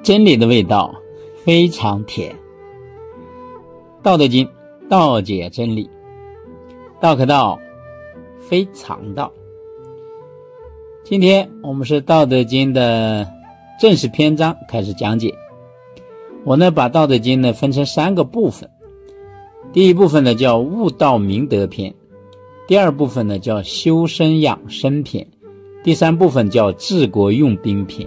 真理的味道非常甜。道德经，道解真理，道可道，非常道。今天我们是道德经的正式篇章开始讲解。我呢把道德经呢分成3个部分。第一部分呢叫悟道明德篇，第二部分呢叫修身养生篇，第三部分叫治国用兵篇。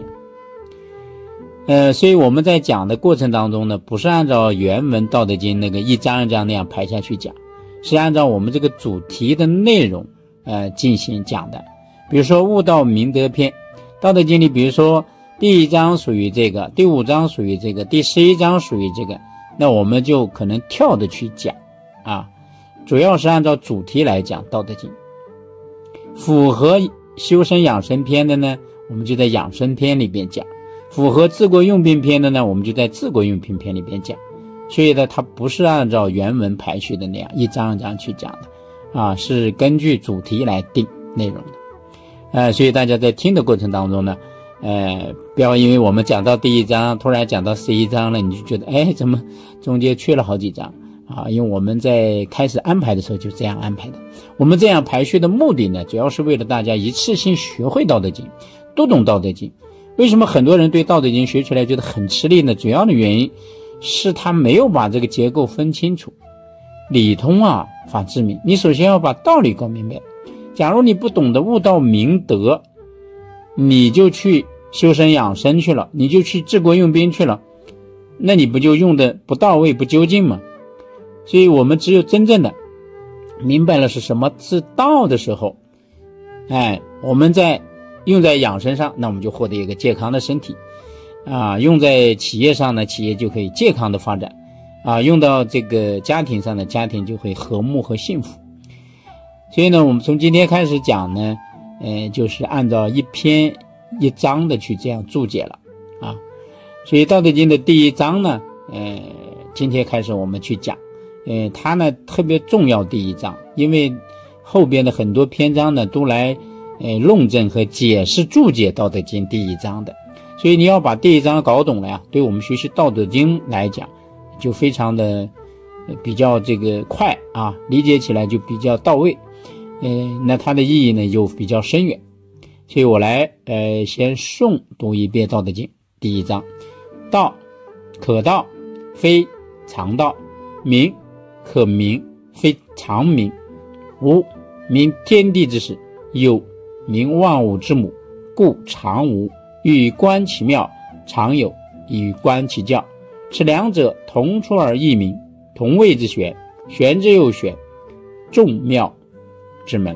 所以我们在讲的过程当中呢，不是按照原文道德经那个一章一章那样排下去讲，是按照我们这个主题的内容进行讲的。比如说悟道明德篇，道德经里比如说第1章属于这个，第5章属于这个，第11章属于这个，那我们就可能跳着去讲主要是按照主题来讲道德经。符合修身养生篇的呢，我们就在养生篇里边讲，符合治国用兵篇的呢，我们就在治国用兵篇里边讲。所以呢它不是按照原文排序的那样一章一章去讲的是根据主题来定内容的。所以大家在听的过程当中呢不要因为我们讲到第1章突然讲到11章了，你就觉得怎么中间缺了好几章因为我们在开始安排的时候就这样安排的。我们这样排序的目的呢，主要是为了大家一次性学会道德经，读懂道德经。为什么很多人对道德经学起来觉得很吃力呢？主要的原因是他没有把这个结构分清楚。理通法治民，你首先要把道理搞明白。假如你不懂得悟道明德，你就去修身养生去了，你就去治国用兵去了，那你不就用的不到位不究竟吗？所以我们只有真正的明白了是什么是道的时候我们在用在养生上，那我们就获得一个健康的身体用在企业上呢，企业就可以健康的发展用到这个家庭上呢，家庭就会和睦和幸福。所以呢我们从今天开始讲呢就是按照一篇一章的去这样注解了所以道德经的第1章呢今天开始我们去讲它呢特别重要第1章，因为后边的很多篇章呢都来论证和解释注解道德经第1章的。所以你要把第1章搞懂了呀，对我们学习道德经来讲就非常的比较这个快理解起来就比较到位那它的意义呢就比较深远。所以我来先诵读一遍道德经第1章。道可道，非常道，名可名，非常名。无名天地之始，有名万物之母，故常无。欲观其妙，常有；欲观其教，此两者同出而异名，同谓之玄。玄之又玄，众妙之门。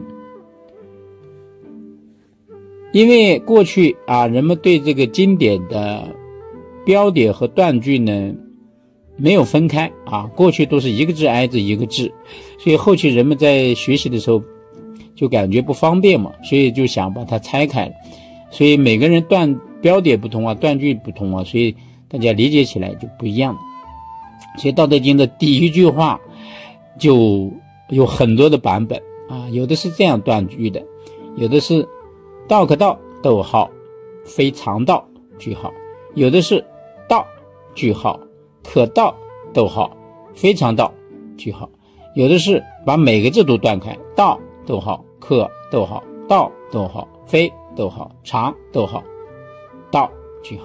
因为过去人们对这个经典的标点和断句呢没有分开过去都是一个字挨着一个字，所以后期人们在学习的时候就感觉不方便嘛，所以就想把它拆开了。所以每个人标点不同断句不同所以大家理解起来就不一样。所以道德经的第1句话就有很多的版本有的是这样断句的，有的是道可道，逗号，非常道，句号，有的是道，句号，可道，逗号，非常道，句号，有的是把每个字都断开，道，逗号，可，逗号，道，逗号，非，逗号，常，逗号，道，句号。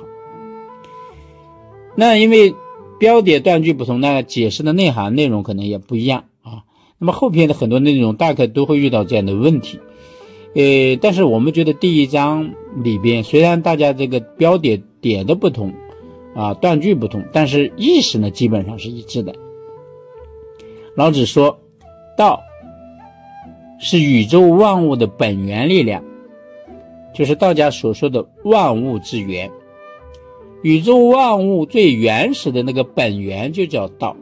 那因为标点断句不同，那解释的内涵内容可能也不一样那么后篇的很多内容大概都会遇到这样的问题但是我们觉得第1章里边虽然大家这个标点点的不同断句不同，但是意识呢基本上是一致的。老子说道是宇宙万物的本源力量，就是道家所说的万物之源。宇宙万物最原始的那个本源就叫道。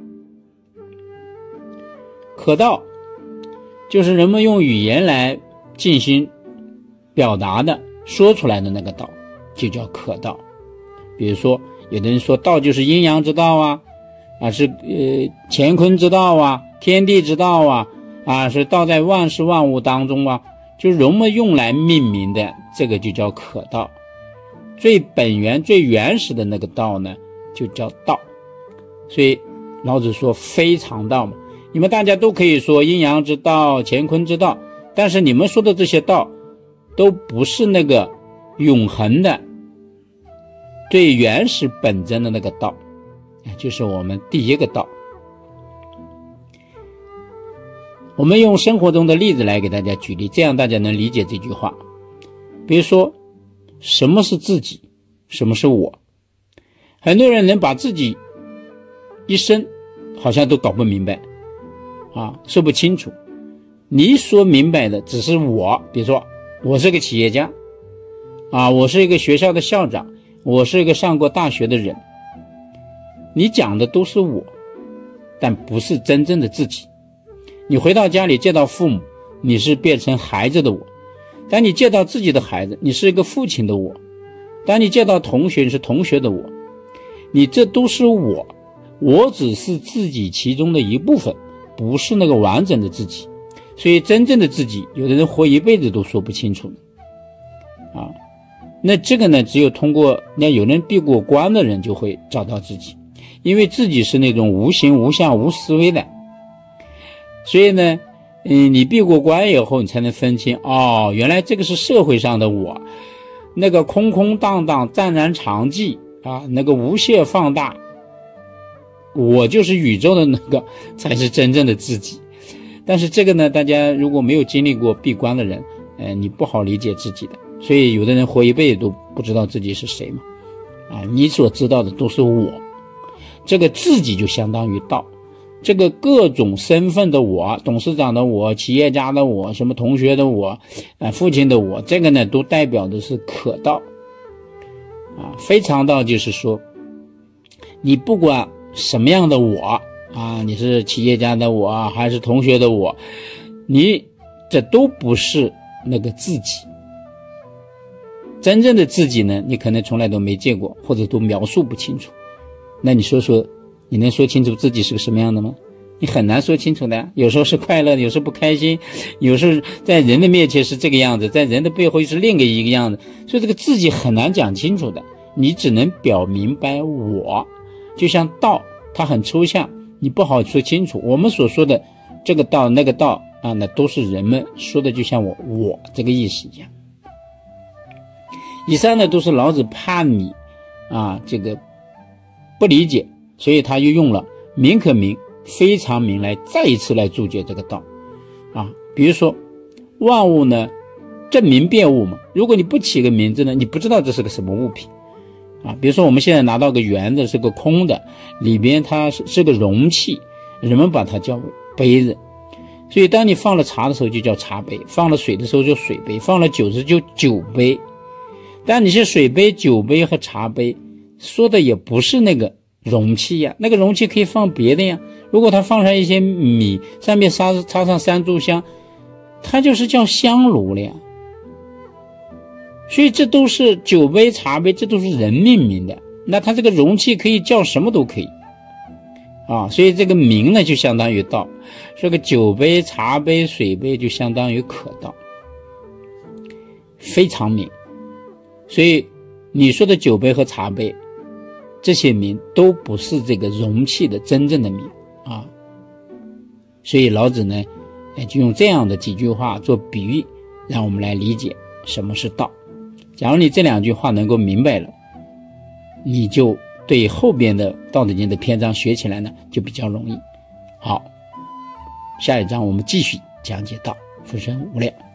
可道就是人们用语言来进行表达的说出来的那个道，就叫可道。比如说有的人说道就是阴阳之道是乾坤之道天地之道是道在万事万物当中就是人们用来命名的，这个就叫可道。 最本源最原始的那个道呢就叫道。所以老子说非常道嘛，你们大家都可以说阴阳之道乾坤之道，但是你们说的这些道都不是那个永恒的最原始本真的那个道，就是我们第一个道。我们用生活中的例子来给大家举例，这样大家能理解这句话。比如说什么是自己，什么是我，很多人能把自己一生好像都搞不明白说不清楚。你所明白的只是我，比如说我是个企业家我是一个学校的校长，我是一个上过大学的人，你讲的都是我，但不是真正的自己。你回到家里见到父母，你是变成孩子的我；当你见到自己的孩子，你是一个父亲的我；当你见到同学，你是同学的我。你这都是我，我只是自己其中的一部分，不是那个完整的自己。所以真正的自己，有的人活一辈子都说不清楚那这个呢，只有通过有人闭过关的人就会找到自己，因为自己是那种无形无相无思维的。所以呢你闭过关以后，你才能分清原来这个是社会上的我，那个空空荡荡湛然常寂那个无限放大，我就是宇宙的那个才是真正的自己。但是这个呢，大家如果没有经历过闭关的人你不好理解自己的。所以有的人活一辈子都不知道自己是谁嘛你所知道的都是我，这个自己就相当于道。这个各种身份的我，董事长的我，企业家的我，什么同学的我父亲的我，这个呢都代表的是可道非常道就是说你不管什么样的我你是企业家的我还是同学的我，你这都不是那个自己。真正的自己呢，你可能从来都没见过，或者都描述不清楚。那你说说，你能说清楚自己是个什么样的吗？你很难说清楚的。有时候是快乐，有时候不开心，有时候在人的面前是这个样子，在人的背后是另一个样子。所以这个自己很难讲清楚的，你只能表明白我。就像道，它很抽象，你不好说清楚。我们所说的这个道那个道那都是人们说的，就像我这个意思一样。以上呢都是老子怕你这个不理解，所以他又用了名可名非常名来再一次来注解这个道比如说万物呢正名辨物嘛，如果你不起个名字呢，你不知道这是个什么物品比如说我们现在拿到个圆的，是个空的，里边它是个容器，人们把它叫杯子。所以当你放了茶的时候就叫茶杯，放了水的时候就水杯，放了酒的时候就酒杯。但你是水杯、酒杯和茶杯，说的也不是那个容器呀，那个容器可以放别的呀。如果它放上一些米，上面插上三炷香，它就是叫香炉了呀。所以这都是酒杯、茶杯，这都是人命名的。那它这个容器可以叫什么都可以所以这个名呢就相当于道，这个酒杯、茶杯、水杯就相当于可道，非常名。所以你说的酒杯和茶杯，这些名都不是这个容器的真正的名所以老子呢就用这样的几句话做比喻，让我们来理解什么是道。假如你这两句话能够明白了，你就对后边的《道德经》的篇章学起来呢就比较容易。好，下一章我们继续讲解道，夫生无量。